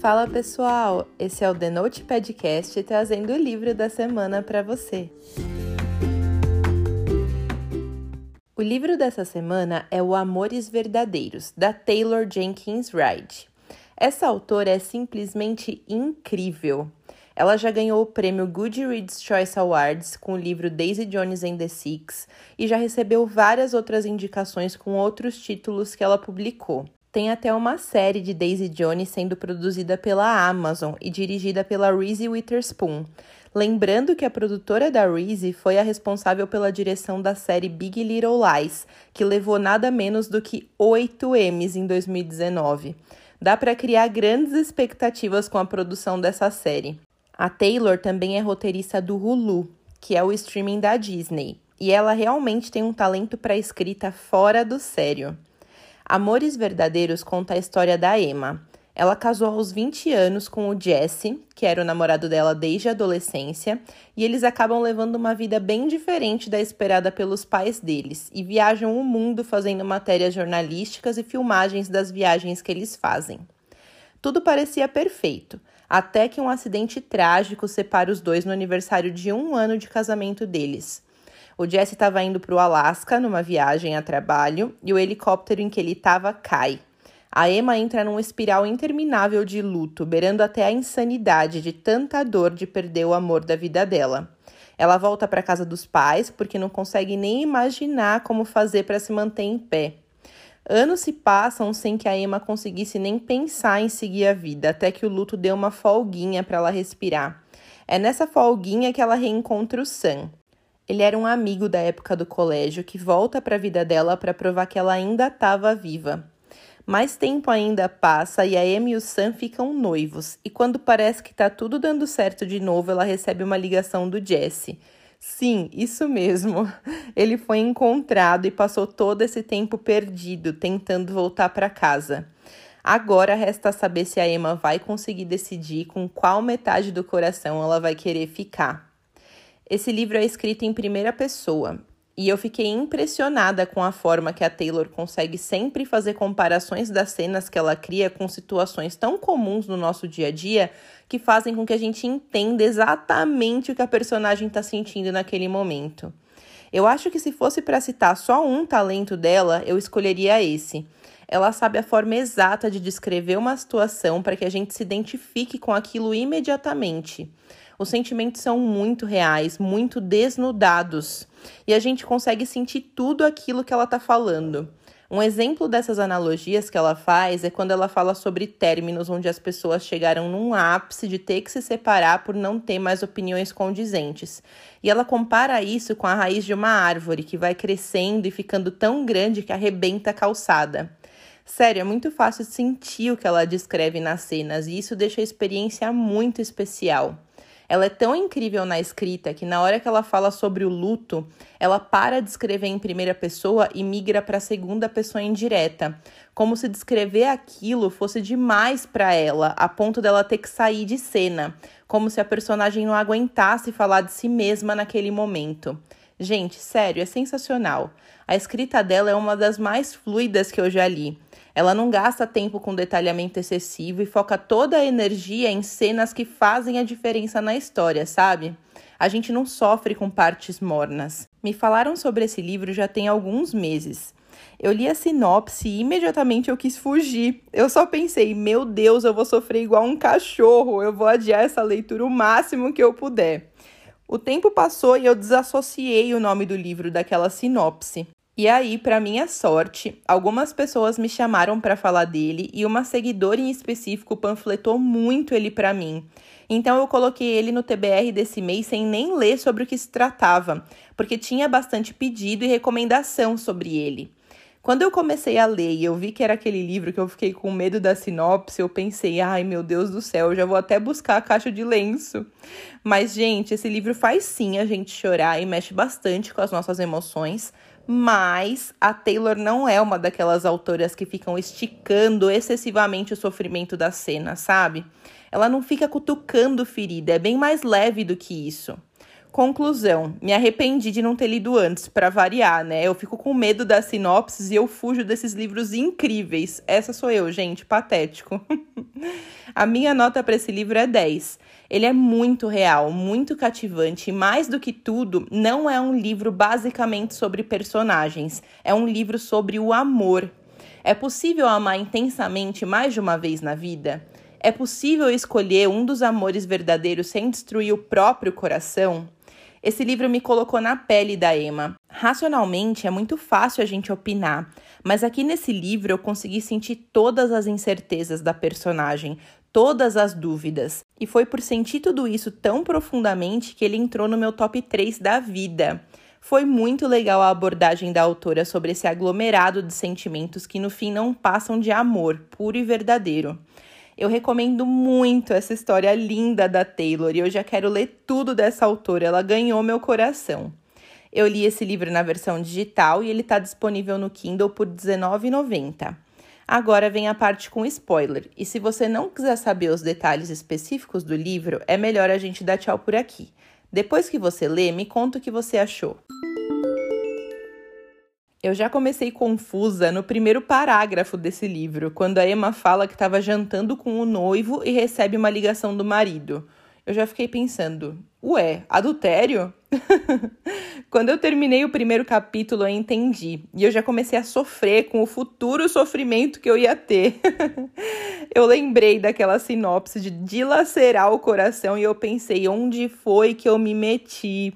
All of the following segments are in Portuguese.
Fala pessoal, esse é o The Note Podcast trazendo o livro da semana para você. O livro dessa semana é O Amores Verdadeiros, da Taylor Jenkins Reid. Essa autora é simplesmente incrível. Ela já ganhou o prêmio Goodreads Choice Awards com o livro Daisy Jones and the Six e já recebeu várias outras indicações com outros títulos que ela publicou. Tem até uma série de Daisy Jones sendo produzida pela Amazon e dirigida pela Reese Witherspoon. Lembrando que a produtora da Reese foi a responsável pela direção da série Big Little Lies, que levou nada menos do que 8 Emmys em 2019. Dá para criar grandes expectativas com a produção dessa série. A Taylor também é roteirista do Hulu, que é o streaming da Disney, e ela realmente tem um talento para escrita fora do sério. Amores Verdadeiros conta a história da Emma. Ela casou aos 20 anos com o Jesse, que era o namorado dela desde a adolescência, e eles acabam levando uma vida bem diferente da esperada pelos pais deles, e viajam o mundo fazendo matérias jornalísticas e filmagens das viagens que eles fazem. Tudo parecia perfeito, até que um acidente trágico separa os dois no aniversário de 1 ano de casamento deles. O Jesse estava indo para o Alasca numa viagem a trabalho e o helicóptero em que ele estava cai. A Emma entra num espiral interminável de luto, beirando até a insanidade de tanta dor de perder o amor da vida dela. Ela volta para a casa dos pais porque não consegue nem imaginar como fazer para se manter em pé. Anos se passam sem que a Emma conseguisse nem pensar em seguir a vida, até que o luto deu uma folguinha para ela respirar. É nessa folguinha que ela reencontra o Sam. Ele era um amigo da época do colégio que volta para a vida dela para provar que ela ainda estava viva. Mais tempo ainda passa e a Emma e o Sam ficam noivos. E quando parece que está tudo dando certo de novo, ela recebe uma ligação do Jesse. Sim, isso mesmo. Ele foi encontrado e passou todo esse tempo perdido, tentando voltar para casa. Agora resta saber se a Emma vai conseguir decidir com qual metade do coração ela vai querer ficar. Esse livro é escrito em primeira pessoa e eu fiquei impressionada com a forma que a Taylor consegue sempre fazer comparações das cenas que ela cria com situações tão comuns no nosso dia a dia que fazem com que a gente entenda exatamente o que a personagem está sentindo naquele momento. Eu acho que se fosse para citar só um talento dela, eu escolheria esse. Ela sabe a forma exata de descrever uma situação para que a gente se identifique com aquilo imediatamente. Os sentimentos são muito reais, muito desnudados, e a gente consegue sentir tudo aquilo que ela está falando. Um exemplo dessas analogias que ela faz é quando ela fala sobre términos onde as pessoas chegaram num ápice de ter que se separar por não ter mais opiniões condizentes. E ela compara isso com a raiz de uma árvore que vai crescendo e ficando tão grande que arrebenta a calçada. Sério, é muito fácil sentir o que ela descreve nas cenas e isso deixa a experiência muito especial. Ela é tão incrível na escrita que na hora que ela fala sobre o luto, ela para de escrever em primeira pessoa e migra para a segunda pessoa indireta, como se descrever aquilo fosse demais para ela, a ponto dela ter que sair de cena, como se a personagem não aguentasse falar de si mesma naquele momento. Gente, sério, é sensacional. A escrita dela é uma das mais fluidas que eu já li. Ela não gasta tempo com detalhamento excessivo e foca toda a energia em cenas que fazem a diferença na história, sabe? A gente não sofre com partes mornas. Me falaram sobre esse livro já tem alguns meses. Eu li a sinopse e imediatamente eu quis fugir. Eu só pensei, meu Deus, eu vou sofrer igual um cachorro, eu vou adiar essa leitura o máximo que eu puder. O tempo passou e eu desassociei o nome do livro daquela sinopse. E aí, para minha sorte, algumas pessoas me chamaram para falar dele e uma seguidora em específico panfletou muito ele para mim. Então eu coloquei ele no TBR desse mês sem nem ler sobre o que se tratava, porque tinha bastante pedido e recomendação sobre ele. Quando eu comecei a ler e eu vi que era aquele livro que eu fiquei com medo da sinopse, eu pensei, ai meu Deus do céu, eu já vou até buscar a caixa de lenço. Mas, gente, esse livro faz sim a gente chorar e mexe bastante com as nossas emoções, mas a Taylor não é uma daquelas autoras que ficam esticando excessivamente o sofrimento da cena, sabe? Ela não fica cutucando ferida, é bem mais leve do que isso. Conclusão, me arrependi de não ter lido antes, para variar, né? Eu fico com medo das sinopses e eu fujo desses livros incríveis. Essa sou eu, gente, patético. A minha nota para esse livro é 10. Ele é muito real, muito cativante e, mais do que tudo, não é um livro basicamente sobre personagens. É um livro sobre o amor. É possível amar intensamente mais de uma vez na vida? É possível escolher um dos amores verdadeiros sem destruir o próprio coração? Esse livro me colocou na pele da Emma. Racionalmente, é muito fácil a gente opinar, mas aqui nesse livro eu consegui sentir todas as incertezas da personagem, todas as dúvidas. E foi por sentir tudo isso tão profundamente que ele entrou no meu top 3 da vida. Foi muito legal a abordagem da autora sobre esse aglomerado de sentimentos que no fim não passam de amor, puro e verdadeiro. Eu recomendo muito essa história linda da Taylor e eu já quero ler tudo dessa autora, ela ganhou meu coração. Eu li esse livro na versão digital e ele está disponível no Kindle por R$19,90. Agora vem a parte com spoiler, e se você não quiser saber os detalhes específicos do livro, é melhor a gente dar tchau por aqui. Depois que você lê, me conta o que você achou. Eu já comecei confusa no primeiro parágrafo desse livro, quando a Emma fala que estava jantando com o noivo e recebe uma ligação do marido. Eu já fiquei pensando, ué, adultério? Quando eu terminei o primeiro capítulo, eu entendi. E eu já comecei a sofrer com o futuro sofrimento que eu ia ter. Eu lembrei daquela sinopse de dilacerar o coração e eu pensei, onde foi que eu me meti?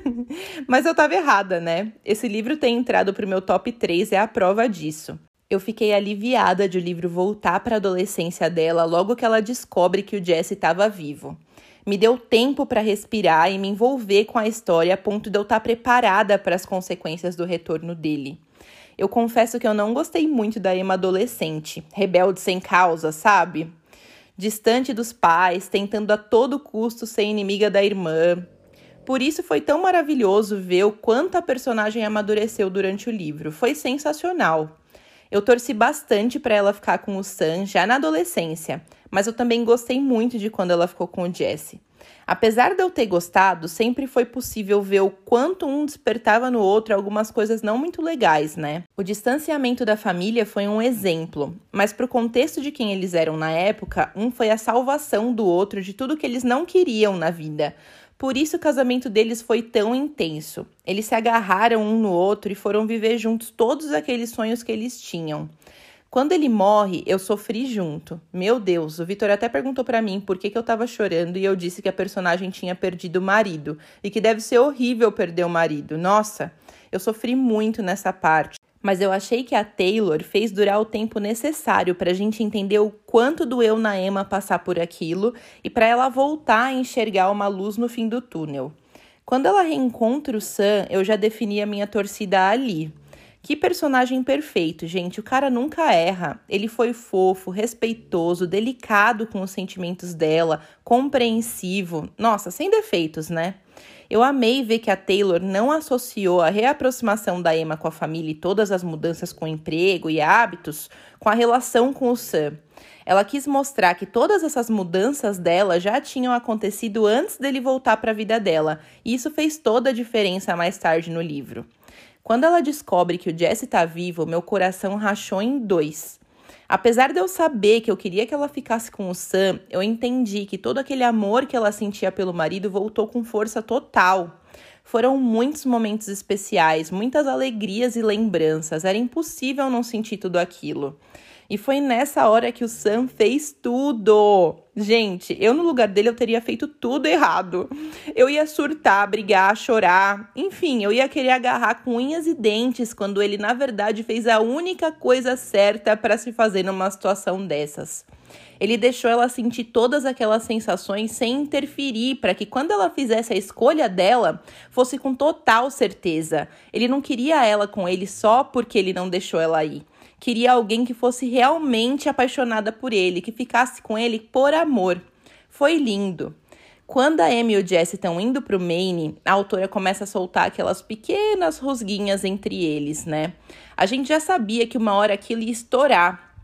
Mas eu tava errada, né? Esse livro ter entrado pro meu top 3 é a prova disso. Eu fiquei aliviada de o livro voltar para a adolescência dela logo que ela descobre que o Jesse estava vivo. Me deu tempo para respirar e me envolver com a história a ponto de eu estar preparada para as consequências do retorno dele. Eu confesso que eu não gostei muito da Emma adolescente, rebelde sem causa, sabe? Distante dos pais, tentando a todo custo ser inimiga da irmã. Por isso foi tão maravilhoso ver o quanto a personagem amadureceu durante o livro. Foi sensacional. Eu torci bastante para ela ficar com o Sam já na adolescência, mas eu também gostei muito de quando ela ficou com o Jesse. Apesar de eu ter gostado, sempre foi possível ver o quanto um despertava no outro algumas coisas não muito legais, né? O distanciamento da família foi um exemplo, mas pro contexto de quem eles eram na época, um foi a salvação do outro de tudo que eles não queriam na vida. Por isso o casamento deles foi tão intenso. Eles se agarraram um no outro e foram viver juntos todos aqueles sonhos que eles tinham. Quando ele morre, eu sofri junto. Meu Deus, o Vitor até perguntou pra mim por que eu tava chorando e eu disse que a personagem tinha perdido o marido e que deve ser horrível perder o marido. Nossa, eu sofri muito nessa parte. Mas eu achei que a Taylor fez durar o tempo necessário para a gente entender o quanto doeu na Emma passar por aquilo e para ela voltar a enxergar uma luz no fim do túnel. Quando ela reencontra o Sam, eu já defini a minha torcida ali. Que personagem perfeito, gente. O cara nunca erra. Ele foi fofo, respeitoso, delicado com os sentimentos dela, compreensivo. Nossa, sem defeitos, né? Eu amei ver que a Taylor não associou a reaproximação da Emma com a família e todas as mudanças com o emprego e hábitos com a relação com o Sam. Ela quis mostrar que todas essas mudanças dela já tinham acontecido antes dele voltar para a vida dela, e isso fez toda a diferença mais tarde no livro. Quando ela descobre que o Jesse está vivo, meu coração rachou em 2. Apesar de eu saber que eu queria que ela ficasse com o Sam, eu entendi que todo aquele amor que ela sentia pelo marido voltou com força total. Foram muitos momentos especiais, muitas alegrias e lembranças. Era impossível não sentir tudo aquilo. E foi nessa hora que o Sam fez tudo. Gente, eu no lugar dele eu teria feito tudo errado. Eu ia surtar, brigar, chorar. Enfim, eu ia querer agarrar com unhas e dentes quando ele, na verdade, fez a única coisa certa para se fazer numa situação dessas. Ele deixou ela sentir todas aquelas sensações sem interferir, para que quando ela fizesse a escolha dela, fosse com total certeza. Ele não queria ela com ele só porque ele não deixou ela ir. Queria alguém que fosse realmente apaixonada por ele, que ficasse com ele por amor. Foi lindo. Quando a Amy e o Jesse estão indo pro Maine, a autora começa a soltar aquelas pequenas rusguinhas entre eles, né? A gente já sabia que uma hora aquilo ia estourar.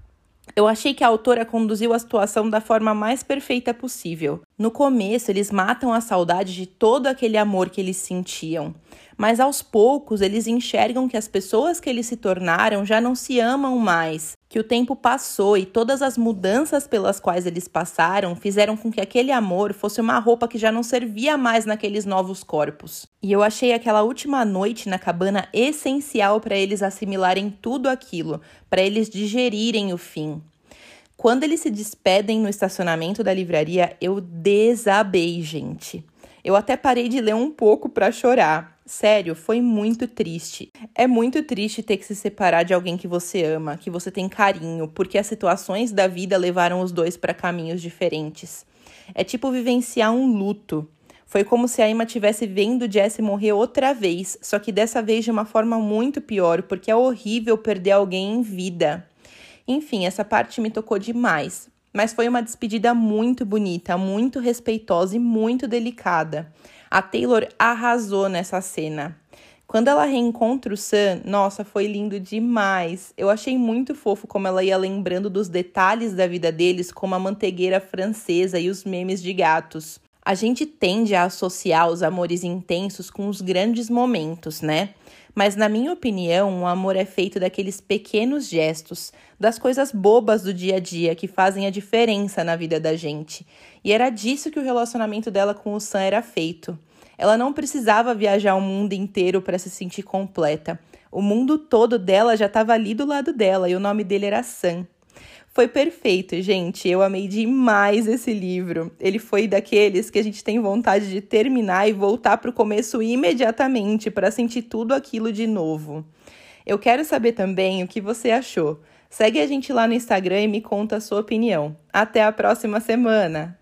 Eu achei que a autora conduziu a situação da forma mais perfeita possível. No começo, eles matam a saudade de todo aquele amor que eles sentiam. Mas aos poucos, eles enxergam que as pessoas que eles se tornaram já não se amam mais, que o tempo passou e todas as mudanças pelas quais eles passaram fizeram com que aquele amor fosse uma roupa que já não servia mais naqueles novos corpos. E eu achei aquela última noite na cabana essencial para eles assimilarem tudo aquilo, para eles digerirem o fim. Quando eles se despedem no estacionamento da livraria, eu desabei, gente. Eu até parei de ler um pouco para chorar. Sério, foi muito triste. É muito triste ter que se separar de alguém que você ama, que você tem carinho, porque as situações da vida levaram os dois para caminhos diferentes. É tipo vivenciar um luto. Foi como se a Emma tivesse vendo o Jesse morrer outra vez, só que dessa vez de uma forma muito pior, porque é horrível perder alguém em vida. Enfim, essa parte me tocou demais. Mas foi uma despedida muito bonita, muito respeitosa e muito delicada. A Taylor arrasou nessa cena. Quando ela reencontra o Sam, nossa, foi lindo demais. Eu achei muito fofo como ela ia lembrando dos detalhes da vida deles, como a manteigueira francesa e os memes de gatos. A gente tende a associar os amores intensos com os grandes momentos, né? Mas, na minha opinião, o amor é feito daqueles pequenos gestos, das coisas bobas do dia a dia que fazem a diferença na vida da gente. E era disso que o relacionamento dela com o Sam era feito. Ela não precisava viajar o mundo inteiro para se sentir completa. O mundo todo dela já estava ali do lado dela e o nome dele era Sam. Foi perfeito, gente. Eu amei demais esse livro. Ele foi daqueles que a gente tem vontade de terminar e voltar para o começo imediatamente para sentir tudo aquilo de novo. Eu quero saber também o que você achou. Segue a gente lá no Instagram e me conta a sua opinião. Até a próxima semana!